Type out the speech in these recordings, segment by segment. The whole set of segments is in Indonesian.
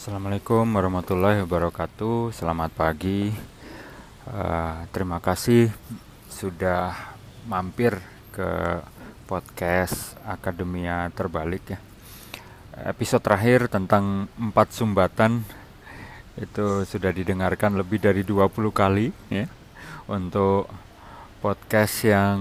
Assalamualaikum warahmatullahi wabarakatuh. Selamat pagi. Terima kasih sudah mampir ke podcast Akademia Terbalik ya. Episode terakhir tentang 4 sumbatan itu sudah didengarkan lebih dari 20 kali ya. Untuk podcast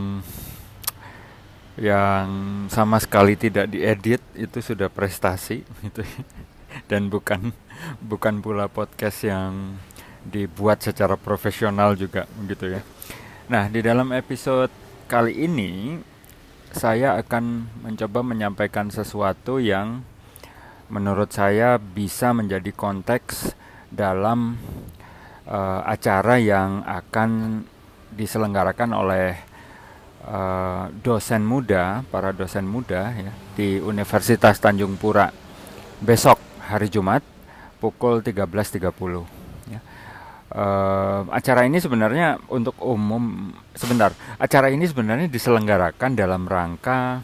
yang sama sekali tidak diedit itu sudah prestasi gitu ya. Dan bukan pula podcast yang dibuat secara profesional juga gitu ya. Nah, di dalam episode kali ini saya akan mencoba menyampaikan sesuatu yang menurut saya bisa menjadi konteks dalam acara yang akan diselenggarakan oleh para dosen muda ya, di Universitas Tanjung Pura besok hari Jumat pukul 13.30 ya. Acara ini sebenarnya untuk umum. Acara ini sebenarnya diselenggarakan dalam rangka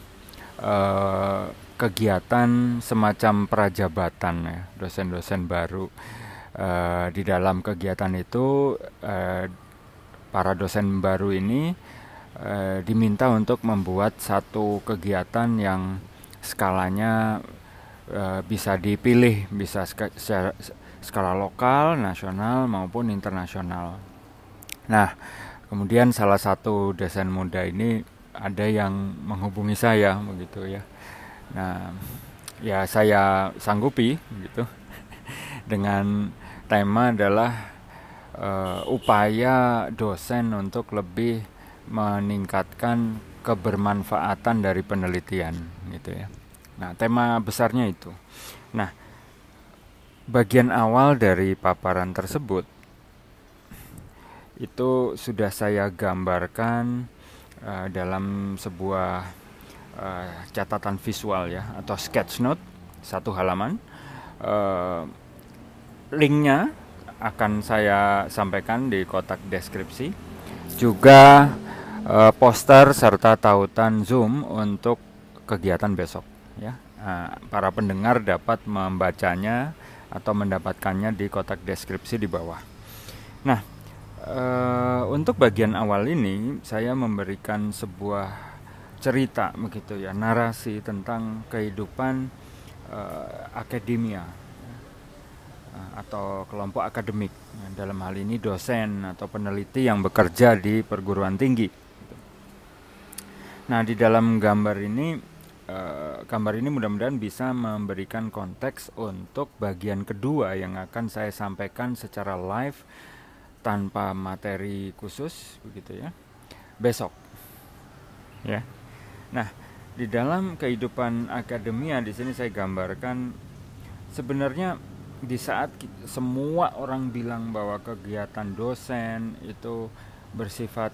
kegiatan semacam prajabatan ya, dosen-dosen baru. Di dalam kegiatan itu para dosen baru ini diminta untuk membuat satu kegiatan yang skalanya bisa dipilih, bisa skala lokal, nasional maupun internasional. Nah, kemudian salah satu dosen muda ini ada yang menghubungi saya begitu ya. Nah, ya saya sanggupi gitu dengan tema adalah upaya dosen untuk lebih meningkatkan kebermanfaatan dari penelitian gitu ya. Nah, tema besarnya itu. Nah, bagian awal dari paparan tersebut itu sudah saya gambarkan dalam sebuah catatan visual ya, atau sketch note 1 halaman. Linknya akan saya sampaikan di kotak deskripsi. Juga poster serta tautan Zoom untuk kegiatan besok. Ya, para pendengar dapat membacanya atau mendapatkannya di kotak deskripsi di bawah. Nah, untuk bagian awal ini saya memberikan sebuah cerita begitu ya, narasi tentang kehidupan akademia atau kelompok akademik. Dalam hal ini dosen atau peneliti yang bekerja di perguruan tinggi. Nah, di dalam gambar ini mudah-mudahan bisa memberikan konteks untuk bagian kedua yang akan saya sampaikan secara live tanpa materi khusus begitu ya, besok ya. Nah, di dalam kehidupan akademia di sini saya gambarkan sebenarnya di saat semua orang bilang bahwa kegiatan dosen itu bersifat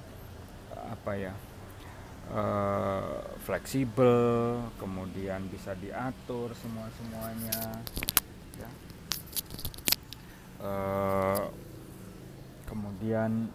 fleksibel, kemudian bisa diatur semuanya ya. Kemudian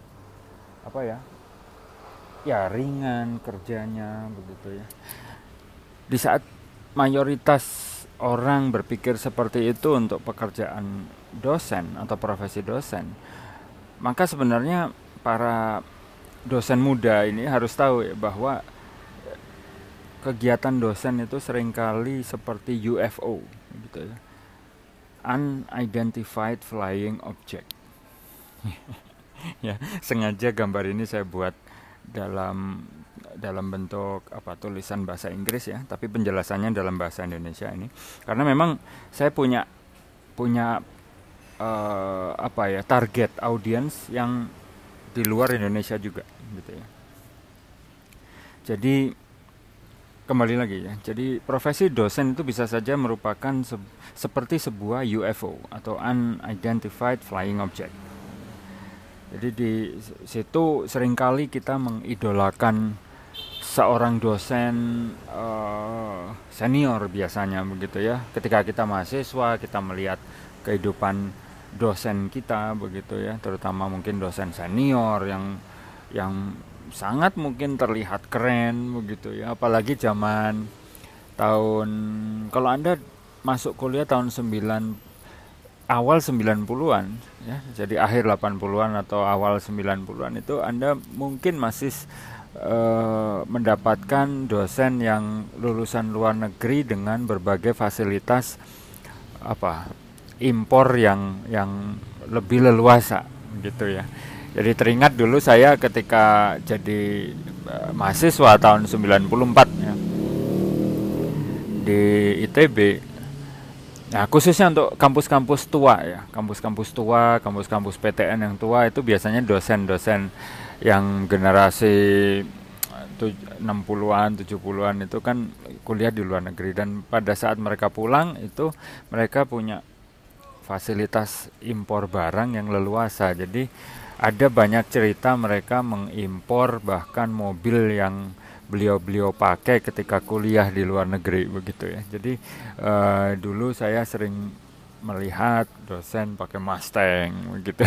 ringan kerjanya begitu ya. Di saat mayoritas orang berpikir seperti itu untuk pekerjaan dosen atau profesi dosen, maka sebenarnya para dosen muda ini harus tahu ya, bahwa kegiatan dosen itu seringkali seperti UFO gitu ya. Unidentified Flying Object. Ya, sengaja gambar ini saya buat dalam bentuk tulisan bahasa Inggris ya, tapi penjelasannya dalam bahasa Indonesia ini. Karena memang saya punya target audiens yang di luar Indonesia juga gitu ya. Jadi kembali lagi ya. Jadi profesi dosen itu bisa saja merupakan seperti sebuah UFO atau Unidentified Flying Object. Jadi di situ seringkali kita mengidolakan seorang dosen senior biasanya begitu ya. Ketika kita mahasiswa, kita melihat kehidupan dosen kita begitu ya, terutama mungkin dosen senior yang sangat mungkin terlihat keren begitu ya, apalagi zaman tahun, kalau Anda masuk kuliah tahun awal 90-an ya. Jadi akhir 80-an atau awal 90-an itu Anda mungkin masih mendapatkan dosen yang lulusan luar negeri dengan berbagai fasilitas impor yang lebih leluasa gitu ya. Jadi teringat dulu saya ketika jadi mahasiswa tahun 94 ya, di ITB. Nah, khususnya untuk kampus-kampus tua ya, kampus-kampus PTN yang tua itu biasanya dosen-dosen yang generasi 60-an, 70-an itu kan kuliah di luar negeri, dan pada saat mereka pulang itu mereka punya fasilitas impor barang yang leluasa. Jadi ada banyak cerita mereka mengimpor bahkan mobil yang beliau pakai ketika kuliah di luar negeri begitu ya. Jadi dulu saya sering melihat dosen pakai Mustang begitu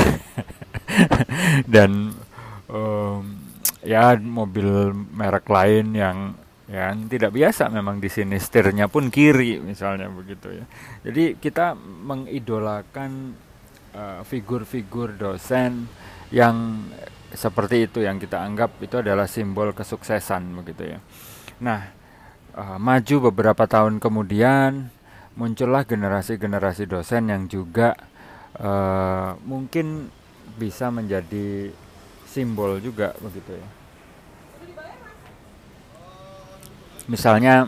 dan ya mobil merek lain yang tidak biasa memang di sini, setirnya pun kiri misalnya begitu ya. Jadi kita mengidolakan figur-figur dosen yang seperti itu, yang kita anggap itu adalah simbol kesuksesan begitu ya. Nah, maju beberapa tahun kemudian muncullah generasi-generasi dosen yang juga mungkin bisa menjadi simbol juga begitu ya. Misalnya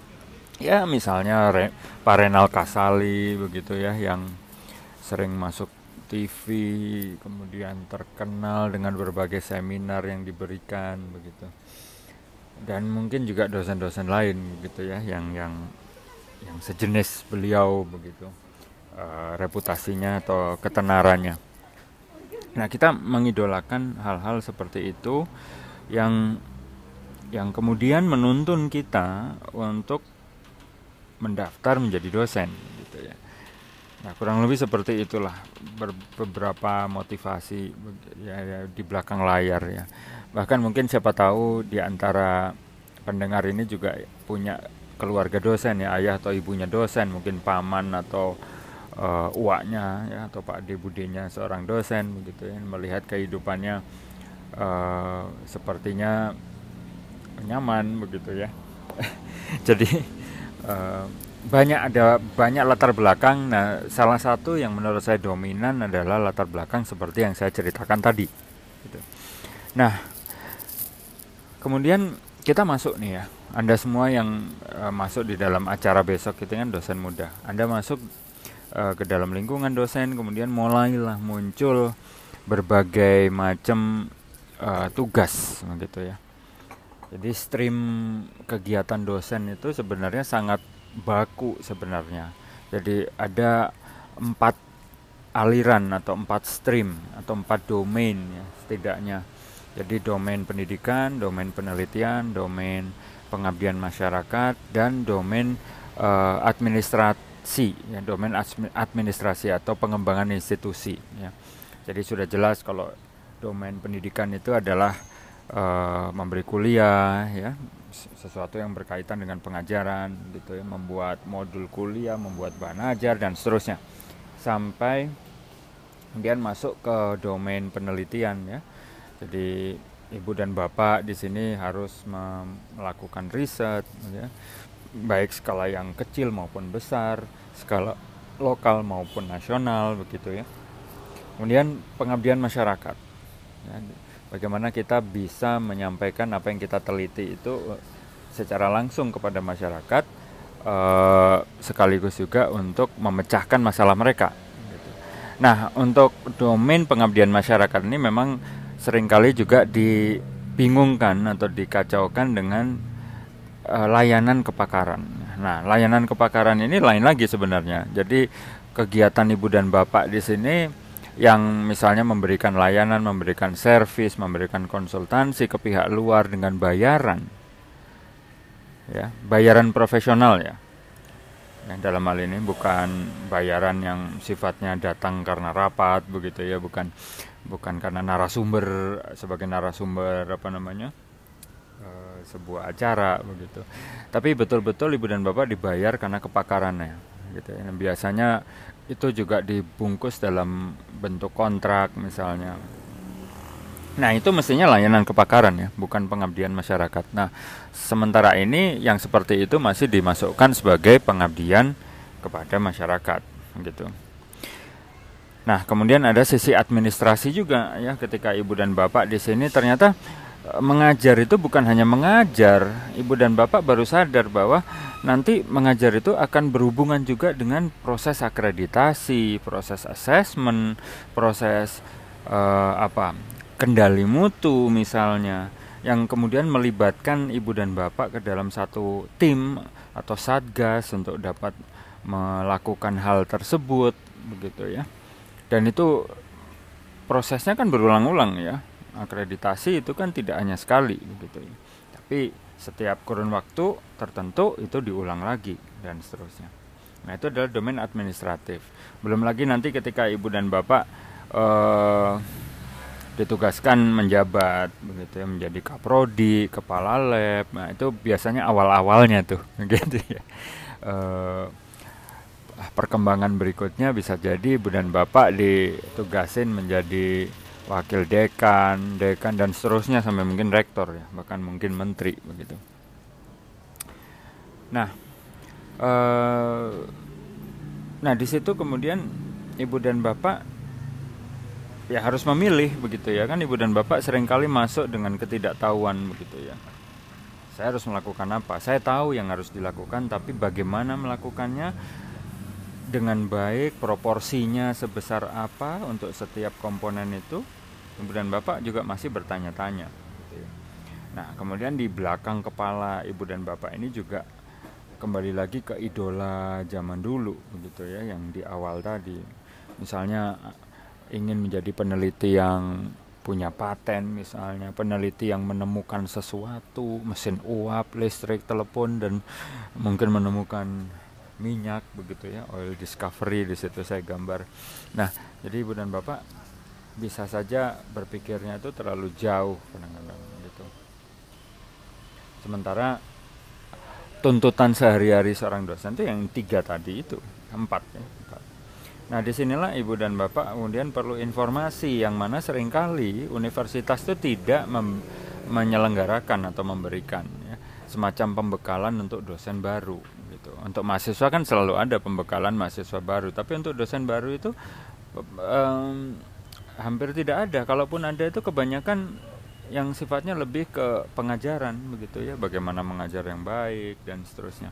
Pak Renal Kasali begitu ya, yang sering masuk TV, kemudian terkenal dengan berbagai seminar yang diberikan begitu. Dan mungkin juga dosen-dosen lain begitu ya, yang sejenis beliau begitu, reputasinya atau ketenarannya. Nah, kita mengidolakan hal-hal seperti itu yang kemudian menuntun kita untuk mendaftar menjadi dosen gitu ya. Nah, kurang lebih seperti itulah beberapa motivasi ya, di belakang layar ya. Bahkan mungkin siapa tahu di antara pendengar ini juga punya keluarga dosen ya, ayah atau ibunya dosen, mungkin paman atau uaknya ya, atau pak de budenya seorang dosen begitu ya. Melihat kehidupannya sepertinya nyaman begitu ya. Jadi banyak latar belakang. Nah, salah satu yang menurut saya dominan adalah latar belakang seperti yang saya ceritakan tadi gitu. Nah, kemudian kita masuk nih ya, Anda semua yang masuk di dalam acara besok itu kan dosen muda. Anda masuk ke dalam lingkungan dosen, kemudian mulailah muncul berbagai macam tugas gitu ya. Jadi stream kegiatan dosen itu sebenarnya sangat baku sebenarnya. Jadi ada 4 aliran atau 4 stream atau 4 domain ya setidaknya. Jadi domain pendidikan, domain penelitian, domain pengabdian masyarakat, dan domain administrasi ya, domain administrasi atau pengembangan institusi ya. Jadi sudah jelas kalau domain pendidikan itu adalah memberi kuliah ya, sesuatu yang berkaitan dengan pengajaran gitu ya, membuat modul kuliah, membuat bahan ajar dan seterusnya, sampai kemudian masuk ke domain penelitian ya. Jadi ibu dan bapak di sini harus melakukan riset ya, baik skala yang kecil maupun besar, skala lokal maupun nasional begitu ya. Kemudian pengabdian masyarakat ya, bagaimana kita bisa menyampaikan apa yang kita teliti itu secara langsung kepada masyarakat, sekaligus juga untuk memecahkan masalah mereka gitu. Nah, untuk domain pengabdian masyarakat ini memang seringkali juga dibingungkan atau dikacaukan dengan layanan kepakaran. Nah, layanan kepakaran ini lain lagi sebenarnya. Jadi kegiatan ibu dan bapak di sini yang misalnya memberikan layanan, memberikan servis, memberikan konsultansi ke pihak luar dengan bayaran ya, bayaran profesional ya. Yang dalam hal ini bukan bayaran yang sifatnya datang karena rapat begitu ya, bukan karena narasumber, sebagai narasumber sebuah acara begitu. Tapi betul-betul ibu dan bapak dibayar karena kepakarannya gitu ya. Biasanya itu juga dibungkus dalam bentuk kontrak misalnya. Nah, itu mestinya layanan kepakaran ya, bukan pengabdian masyarakat. Nah, sementara ini yang seperti itu masih dimasukkan sebagai pengabdian kepada masyarakat gitu. Nah, kemudian ada sisi administrasi juga ya, ketika ibu dan bapak di sini ternyata mengajar itu bukan hanya mengajar. Ibu dan bapak baru sadar bahwa nanti mengajar itu akan berhubungan juga dengan proses akreditasi, proses asesmen, proses kendali mutu misalnya, yang kemudian melibatkan ibu dan bapak ke dalam satu tim atau satgas untuk dapat melakukan hal tersebut begitu ya. Dan itu prosesnya kan berulang-ulang ya. Akreditasi itu kan tidak hanya sekali begitu ya. Tapi setiap kurun waktu tertentu itu diulang lagi dan seterusnya. Nah, itu adalah domain administratif. Belum lagi nanti ketika ibu dan bapak ditugaskan menjabat begitu ya, menjadi kaprodi, kepala lab. Nah, itu biasanya awal-awalnya tuh gitu ya. Perkembangan berikutnya bisa jadi ibu dan bapak ditugasin menjadi wakil dekan dan seterusnya sampai mungkin rektor ya, bahkan mungkin menteri begitu. Nah, di situ kemudian ibu dan bapak ya harus memilih begitu ya kan. Ibu dan bapak seringkali masuk dengan ketidaktahuan begitu ya. Saya harus melakukan apa? Saya tahu yang harus dilakukan, tapi bagaimana melakukannya dengan baik, proporsinya sebesar apa untuk setiap komponen itu, ibu dan bapak juga masih bertanya-tanya gitu ya. Nah, kemudian di belakang kepala ibu dan bapak ini juga kembali lagi ke idola zaman dulu begitu ya, yang di awal tadi. Misalnya ingin menjadi peneliti yang punya paten misalnya, peneliti yang menemukan sesuatu, mesin uap, listrik, telepon, dan mungkin menemukan minyak begitu ya, oil discovery di situ saya gambar. Nah, jadi ibu dan bapak bisa saja berpikirnya itu terlalu jauh kadang-kadang gitu. Sementara tuntutan sehari-hari seorang dosen itu yang 3 tadi itu, 4 ya. 4. Nah, disinilah ibu dan bapak kemudian perlu informasi yang mana seringkali universitas itu tidak menyelenggarakan atau memberikan ya, semacam pembekalan untuk dosen baru. Untuk mahasiswa kan selalu ada pembekalan mahasiswa baru, tapi untuk dosen baru itu hampir tidak ada. Kalaupun ada itu kebanyakan yang sifatnya lebih ke pengajaran begitu ya, bagaimana mengajar yang baik dan seterusnya.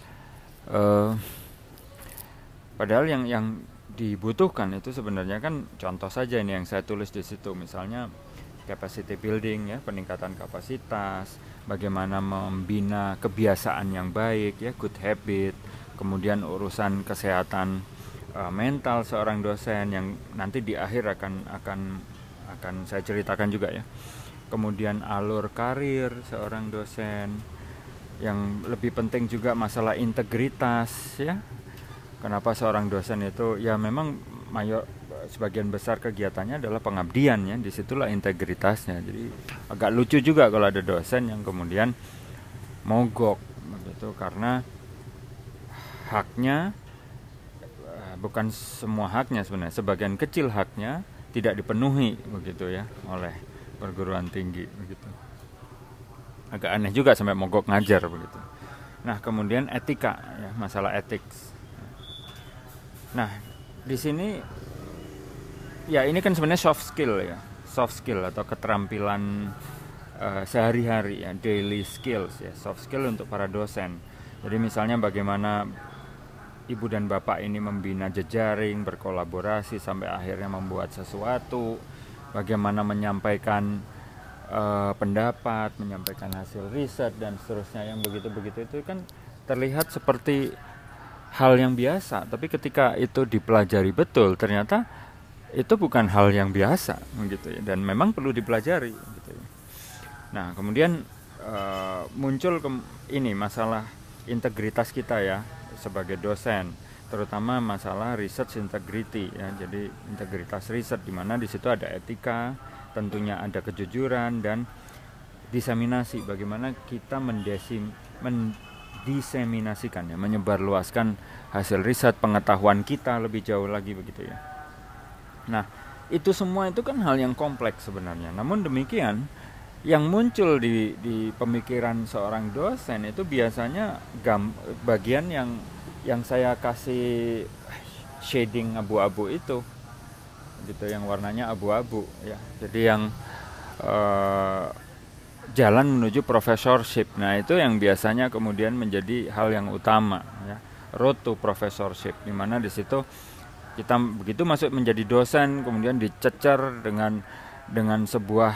Padahal yang dibutuhkan itu sebenarnya kan contoh saja ini yang saya tulis di situ, misalnya capacity building ya, peningkatan kapasitas, bagaimana membina kebiasaan yang baik ya, good habit, kemudian urusan kesehatan mental seorang dosen yang nanti di akhir akan saya ceritakan juga ya. Kemudian alur karir seorang dosen, yang lebih penting juga masalah integritas ya. Kenapa seorang dosen itu ya memang sebagian besar kegiatannya adalah pengabdian ya, disitulah integritasnya. Jadi agak lucu juga kalau ada dosen yang kemudian mogok begitu karena haknya, bukan semua haknya sebenarnya, sebagian kecil haknya tidak dipenuhi begitu ya oleh perguruan tinggi begitu. Agak aneh juga sampai mogok ngajar begitu. Nah, kemudian etika ya, masalah etik. Nah, di sini ya ini kan sebenarnya soft skill atau keterampilan sehari-hari ya, daily skills ya, soft skill untuk para dosen. Jadi misalnya bagaimana ibu dan bapak ini membina jejaring, berkolaborasi sampai akhirnya membuat sesuatu, bagaimana menyampaikan pendapat, menyampaikan hasil riset dan seterusnya, yang begitu-begitu itu kan terlihat seperti hal yang biasa, tapi ketika itu dipelajari betul ternyata itu bukan hal yang biasa gitu ya, dan memang perlu dipelajari gitu ya. Nah, kemudian muncul ini masalah integritas kita ya sebagai dosen, terutama masalah research integrity ya. Jadi integritas riset, di mana di situ ada etika, tentunya ada kejujuran dan diseminasi, bagaimana kita diseminasikan, ya, menyebarluaskan hasil riset, pengetahuan kita lebih jauh lagi begitu ya. Nah, itu semua itu kan hal yang kompleks sebenarnya. Namun demikian, yang muncul di pemikiran seorang dosen itu biasanya bagian yang saya kasih shading abu-abu itu, gitu, yang warnanya abu-abu ya. Jadi yang jalan menuju professorship. Nah, itu yang biasanya kemudian menjadi hal yang utama ya. Road to professorship, di mana di situ kita begitu masuk menjadi dosen kemudian dicecer dengan sebuah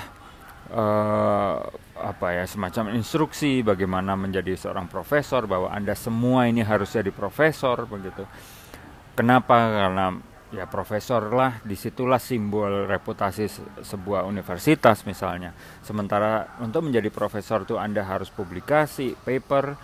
semacam instruksi bagaimana menjadi seorang profesor, bahwa Anda semua ini harus jadi profesor begitu. Kenapa? Karena ya profesor lah, disitulah simbol reputasi sebuah universitas misalnya. Sementara untuk menjadi profesor itu Anda harus publikasi, paper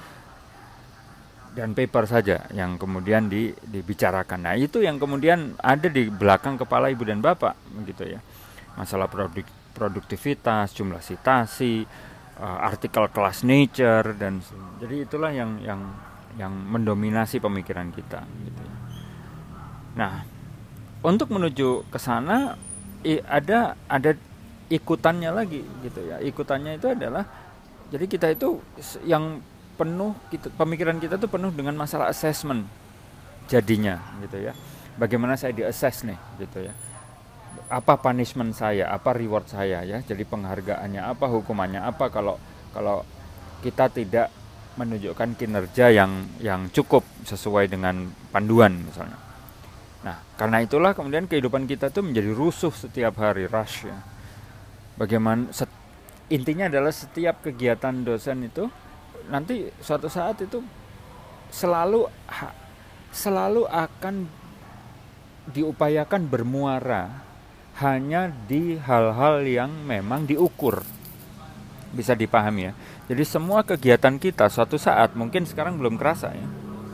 saja yang kemudian dibicarakan. Nah, itu yang kemudian ada di belakang kepala ibu dan bapak begitu ya. Masalah produktivitas, jumlah citasi, artikel kelas Nature, dan jadi itulah yang mendominasi pemikiran kita gitu ya. Nah, untuk menuju ke sana ada ikutannya lagi gitu ya. Ikutannya itu adalah, jadi kita itu yang penuh, pemikiran kita tuh penuh dengan masalah assessment jadinya gitu ya. Bagaimana saya di-assess nih gitu ya. Apa punishment saya, apa reward saya ya. Jadi penghargaannya apa, hukumannya apa kalau kita tidak menunjukkan kinerja yang cukup sesuai dengan panduan misalnya. Nah, karena itulah kemudian kehidupan kita tuh menjadi rusuh setiap hari, rush ya. Bagaimana intinya adalah setiap kegiatan dosen itu nanti suatu saat itu selalu akan diupayakan bermuara hanya di hal-hal yang memang diukur, bisa dipahami ya. Jadi semua kegiatan kita suatu saat, mungkin sekarang belum kerasa ya,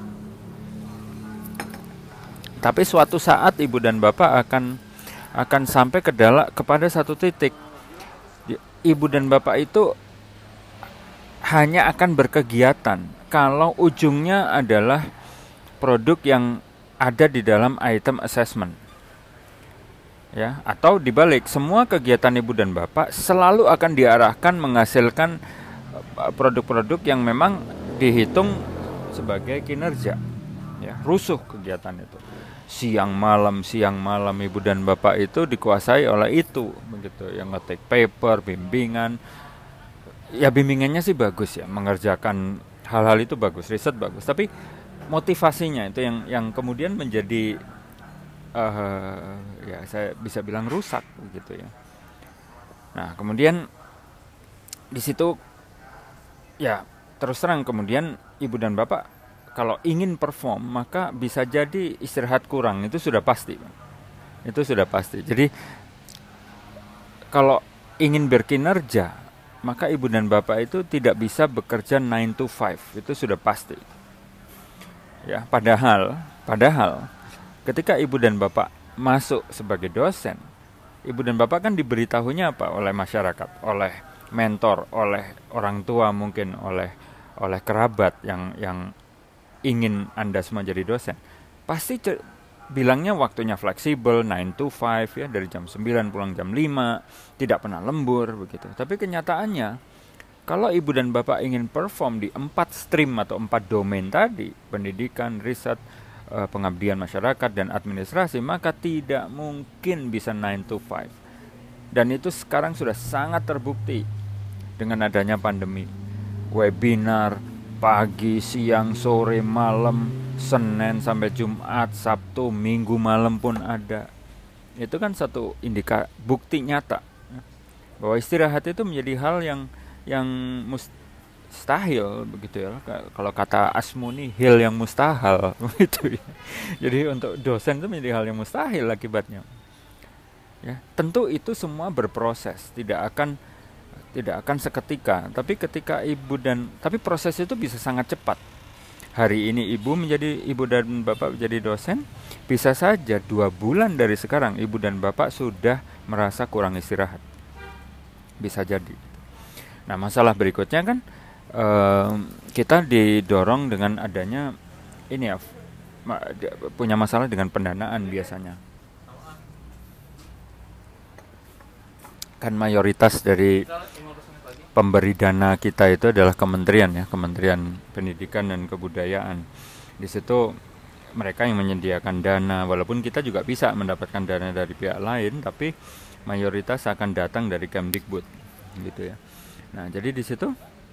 tapi suatu saat ibu dan bapak akan sampai kepada satu titik. Ibu dan bapak itu hanya akan berkegiatan kalau ujungnya adalah produk yang ada di dalam item assessment ya. Atau dibalik, semua kegiatan ibu dan bapak selalu akan diarahkan menghasilkan produk-produk yang memang dihitung sebagai kinerja ya. Rusuh kegiatan itu, siang malam ibu dan bapak itu dikuasai oleh itu begitu, yang ngetik paper, bimbingan. Ya bimbingannya sih bagus ya, mengerjakan hal-hal itu bagus, riset bagus, tapi motivasinya itu yang kemudian menjadi ya saya bisa bilang rusak gitu ya. Nah, kemudian di situ ya terus terang kemudian ibu dan bapak kalau ingin perform maka bisa jadi istirahat kurang, itu sudah pasti. Itu sudah pasti. Jadi kalau ingin berkinerja maka ibu dan bapak itu tidak bisa bekerja 9 to 5, itu sudah pasti. Ya, padahal ketika ibu dan bapak masuk sebagai dosen, ibu dan bapak kan diberitahunya apa oleh masyarakat, oleh mentor, oleh orang tua mungkin, oleh kerabat yang ingin Anda semua jadi dosen. Pasti bilangnya waktunya fleksibel, 9 to 5 ya, dari jam 9 pulang jam 5, tidak pernah lembur begitu. Tapi kenyataannya kalau ibu dan bapak ingin perform di 4 stream atau 4 domain tadi, pendidikan, riset, pengabdian masyarakat, dan administrasi, maka tidak mungkin bisa 9 to 5. Dan itu sekarang sudah sangat terbukti dengan adanya pandemi. Webinar pagi, siang, sore, malam, Senin sampai Jumat, Sabtu, Minggu malam pun ada. Itu kan satu bukti nyata bahwa istirahat itu menjadi hal yang mustahil begitu ya. Kalau kata Asmuni, hil yang mustahil gitu ya. Jadi untuk dosen itu menjadi hal yang mustahil akibatnya. Ya, tentu itu semua berproses, tidak akan seketika, tapi tapi proses itu bisa sangat cepat. Hari ini ibu dan bapak menjadi dosen, bisa saja 2 bulan dari sekarang ibu dan bapak sudah merasa kurang istirahat, bisa jadi. Nah, masalah berikutnya kan kita didorong dengan adanya ini ya, punya masalah dengan pendanaan biasanya. Kan mayoritas dari pemberi dana kita itu adalah kementerian ya, Kementerian Pendidikan dan Kebudayaan. Di situ mereka yang menyediakan dana, walaupun kita juga bisa mendapatkan dana dari pihak lain, tapi mayoritas akan datang dari Kemdikbud gitu ya. Nah, jadi di situ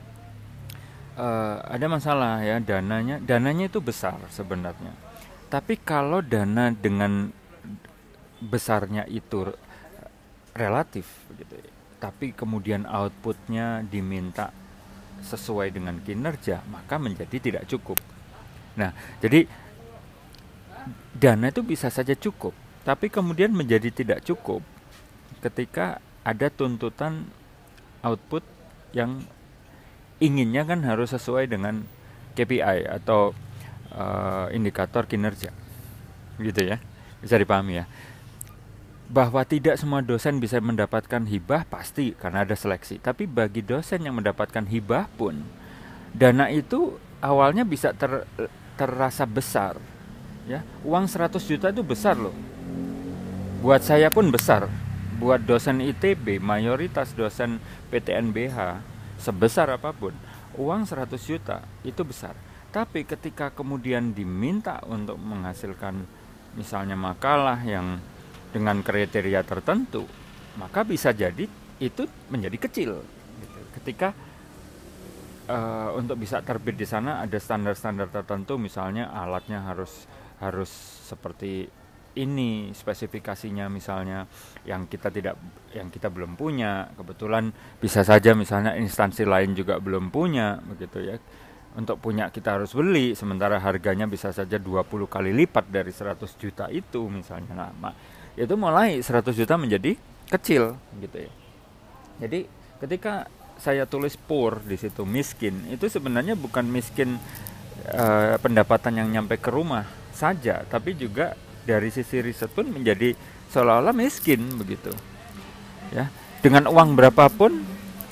ada masalah ya, dananya itu besar sebenarnya. Tapi kalau dana dengan besarnya itu relatif gitu ya, tapi kemudian outputnya diminta sesuai dengan kinerja, maka menjadi tidak cukup. Nah, jadi dana itu bisa saja cukup, tapi kemudian menjadi tidak cukup ketika ada tuntutan output yang inginnya kan harus sesuai dengan KPI atau indikator kinerja, gitu ya. Bisa dipahami ya. Bahwa tidak semua dosen bisa mendapatkan hibah pasti karena ada seleksi. Tapi bagi dosen yang mendapatkan hibah pun, dana itu awalnya bisa terasa besar. Ya, uang 100 juta itu besar loh. Buat saya pun besar. Buat dosen ITB, mayoritas dosen PTNBH, sebesar apapun, uang 100 juta itu besar. Tapi ketika kemudian diminta untuk menghasilkan misalnya makalah yang dengan kriteria tertentu, maka bisa jadi itu menjadi kecil. Gitu. Ketika untuk bisa terbit di sana ada standar-standar tertentu, misalnya alatnya harus seperti ini spesifikasinya, misalnya yang kita belum punya, kebetulan bisa saja misalnya instansi lain juga belum punya, begitu ya. Untuk punya kita harus beli, sementara harganya bisa saja 20 kali lipat dari 100 juta itu misalnya. Nah, itu mulai 100 juta menjadi kecil gitu ya. Jadi ketika saya tulis poor di situ, miskin, itu sebenarnya bukan miskin pendapatan yang nyampe ke rumah saja, tapi juga dari sisi riset pun menjadi seolah-olah miskin begitu. Ya, dengan uang berapapun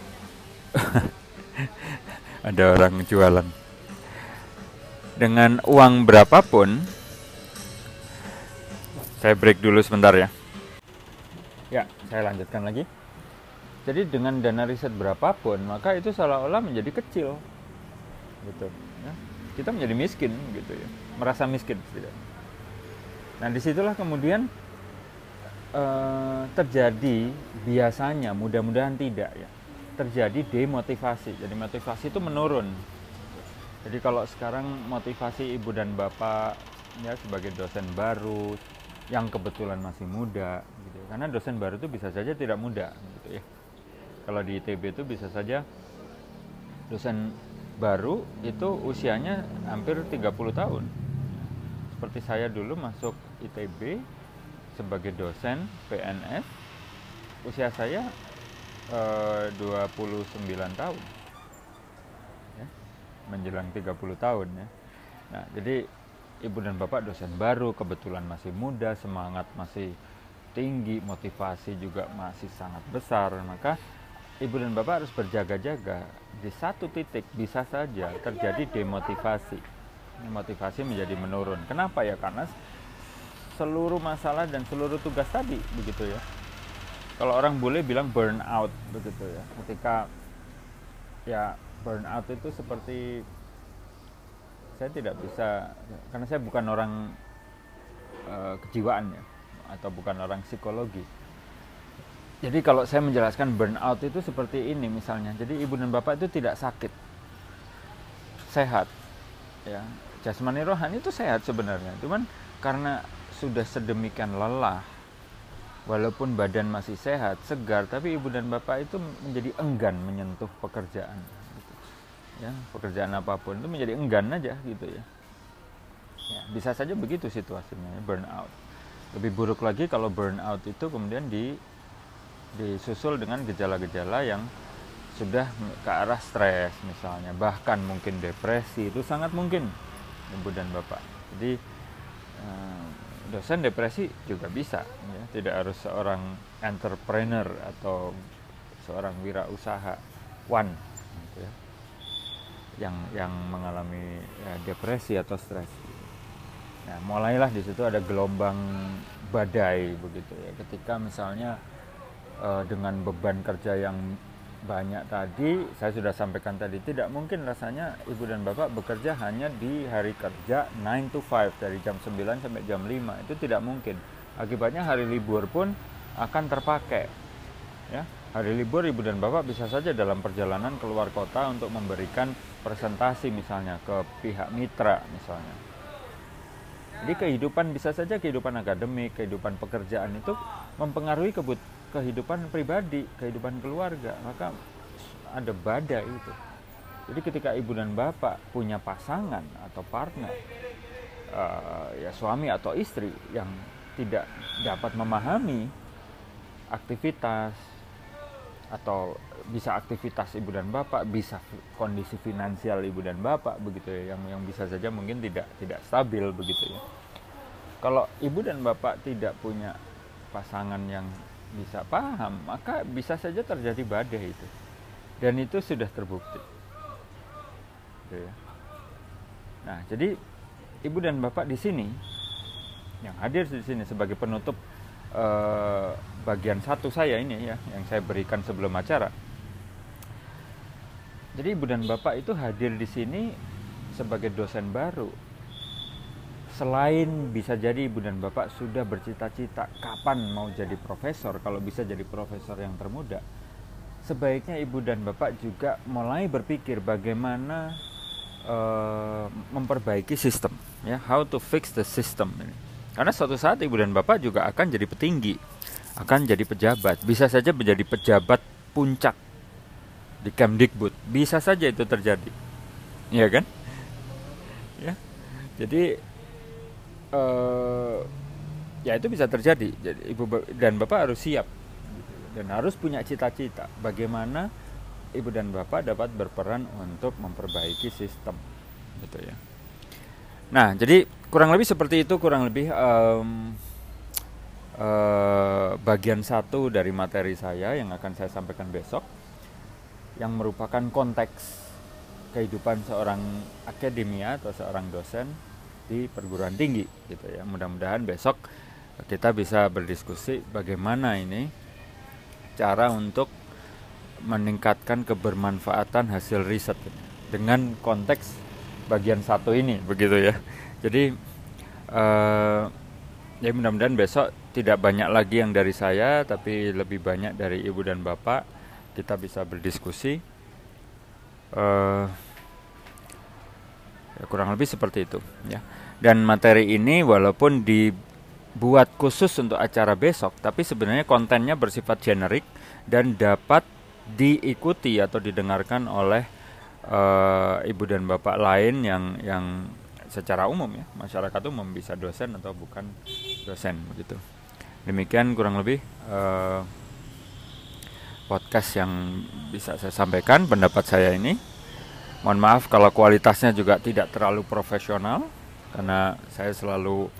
ada orang jualan. Dengan uang berapapun, saya break dulu sebentar ya. Ya, saya lanjutkan lagi. Jadi dengan dana riset berapapun, maka itu seolah-olah menjadi kecil, gitu. Ya, kita menjadi miskin, gitu ya, merasa miskin. Gitu. Nah, disitulah kemudian terjadi biasanya, mudah-mudahan tidak ya, terjadi demotivasi. Jadi motivasi itu menurun. Jadi kalau sekarang motivasi ibu dan bapak ya sebagai dosen baru yang kebetulan masih muda, gitu. Karena dosen baru itu bisa saja tidak muda, gitu ya. Kalau di ITB itu bisa saja dosen baru itu usianya hampir 30 tahun. Seperti saya dulu masuk ITB sebagai dosen PNS, usia saya 29 tahun. Ya, menjelang 30 tahun ya. Nah, jadi ibu dan bapak dosen baru, kebetulan masih muda, semangat masih tinggi, motivasi juga masih sangat besar, maka ibu dan bapak harus berjaga-jaga. Di satu titik bisa saja terjadi demotivasi. Motivasi menjadi menurun. Kenapa ya? Karena seluruh masalah dan seluruh tugas tadi, begitu ya. Kalau orang boleh bilang burn out, begitu ya. Ketika ya burn out itu seperti, saya tidak bisa, karena saya bukan orang kejiwaan ya, atau bukan orang psikologi. Jadi kalau saya menjelaskan burnout itu seperti ini misalnya. Jadi ibu dan bapak itu tidak sakit, sehat, ya, jasmani rohani itu sehat sebenarnya. Cuman karena sudah sedemikian lelah, walaupun badan masih sehat, segar, tapi ibu dan bapak itu menjadi enggan menyentuh pekerjaan. Gitu. Ya, pekerjaan apapun itu menjadi enggan aja gitu ya. Ya, bisa saja begitu situasinya, burnout. Lebih buruk lagi kalau burnout itu kemudian disusul dengan gejala-gejala yang sudah ke arah stres misalnya, bahkan mungkin depresi, itu sangat mungkin ibu dan bapak. Jadi dosen depresi juga bisa ya, tidak harus seorang entrepreneur atau seorang wirausahawan gitu ya. yang mengalami depresi atau stres. Nah, mulailah di situ ada gelombang badai begitu ya. Ketika misalnya dengan beban kerja yang banyak tadi, saya sudah sampaikan tadi, tidak mungkin rasanya ibu dan bapak bekerja hanya di hari kerja 9 to 5 dari jam 9 sampai jam 5. Itu tidak mungkin. Akibatnya hari libur pun akan terpakai. Ya, hari libur ibu dan bapak bisa saja dalam perjalanan keluar kota untuk memberikan presentasi misalnya ke pihak mitra misalnya. Jadi kehidupan bisa saja kehidupan akademik, kehidupan pekerjaan itu mempengaruhi kehidupan pribadi, kehidupan keluarga. Maka ada badai itu. Jadi ketika ibu dan bapak punya pasangan atau partner, ya suami atau istri yang tidak dapat memahami aktivitas atau bisa aktivitas ibu dan bapak, bisa kondisi finansial ibu dan bapak begitu ya, yang bisa saja mungkin tidak stabil begitu ya. Kalau ibu dan bapak tidak punya pasangan yang bisa paham, maka bisa saja terjadi badai itu. Dan itu sudah terbukti. Gitu ya. Nah, jadi ibu dan bapak di sini yang hadir di sini sebagai penutup bagian satu saya ini ya, yang saya berikan sebelum acara. Jadi ibu dan bapak itu hadir di sini sebagai dosen baru. Selain bisa jadi ibu dan bapak sudah bercita-cita kapan mau jadi profesor, kalau bisa jadi profesor yang termuda, sebaiknya ibu dan bapak juga mulai berpikir bagaimana memperbaiki sistem, ya, how to fix the system ini. Karena suatu saat ibu dan bapak juga akan jadi petinggi, akan jadi pejabat, bisa saja menjadi pejabat puncak di Kemdikbud, bisa saja itu terjadi, ya kan? Ya, jadi ya itu bisa terjadi. Jadi ibu dan bapak harus siap dan harus punya cita-cita bagaimana ibu dan bapak dapat berperan untuk memperbaiki sistem, gitu ya. Nah, jadi kurang lebih seperti itu, kurang lebih bagian satu dari materi saya yang akan saya sampaikan besok, yang merupakan konteks kehidupan seorang akademia atau seorang dosen di perguruan tinggi, gitu ya. Mudah-mudahan besok kita bisa berdiskusi bagaimana ini cara untuk meningkatkan kebermanfaatan hasil riset dengan konteks bagian satu ini, begitu ya. Jadi ya mudah-mudahan besok tidak banyak lagi yang dari saya, tapi lebih banyak dari ibu dan bapak. Kita bisa berdiskusi. Ya, kurang lebih seperti itu ya. Dan materi ini walaupun dibuat khusus untuk acara besok, tapi sebenarnya kontennya bersifat generik dan dapat diikuti atau didengarkan oleh ibu dan bapak lain yang secara umum ya, masyarakat umum, bisa dosen atau bukan dosen begitu. Demikian kurang lebih podcast yang bisa saya sampaikan, pendapat saya ini. Mohon maaf kalau kualitasnya juga tidak terlalu profesional, karena saya selalu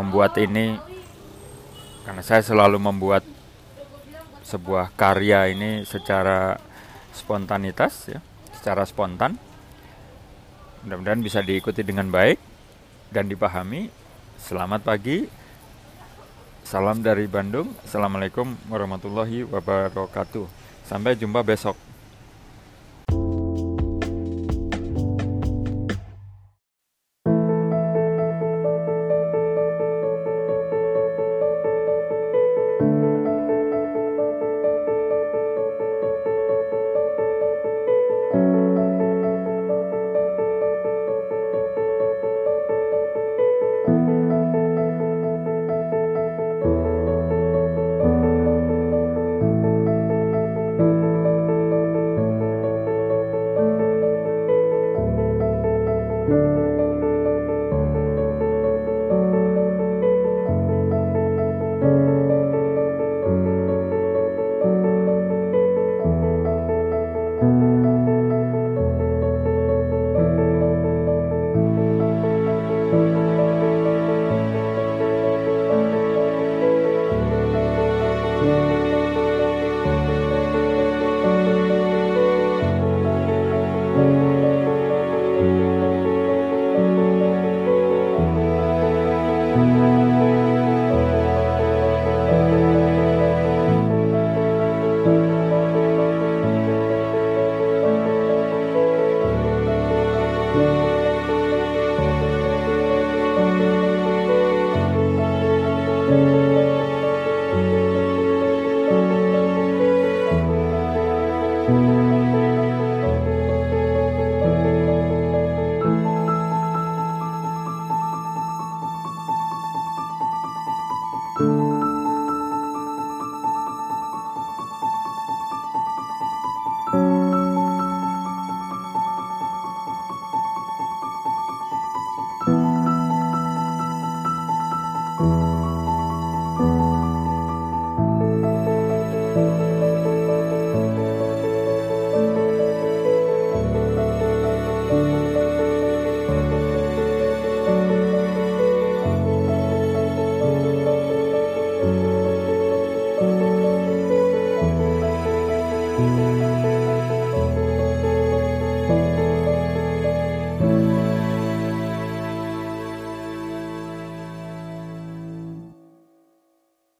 membuat sebuah karya ini secara spontanitas ya, secara spontan. Mudah-mudahan bisa diikuti dengan baik dan dipahami. Selamat pagi. Salam dari Bandung. Assalamualaikum warahmatullahi wabarakatuh. Sampai jumpa besok.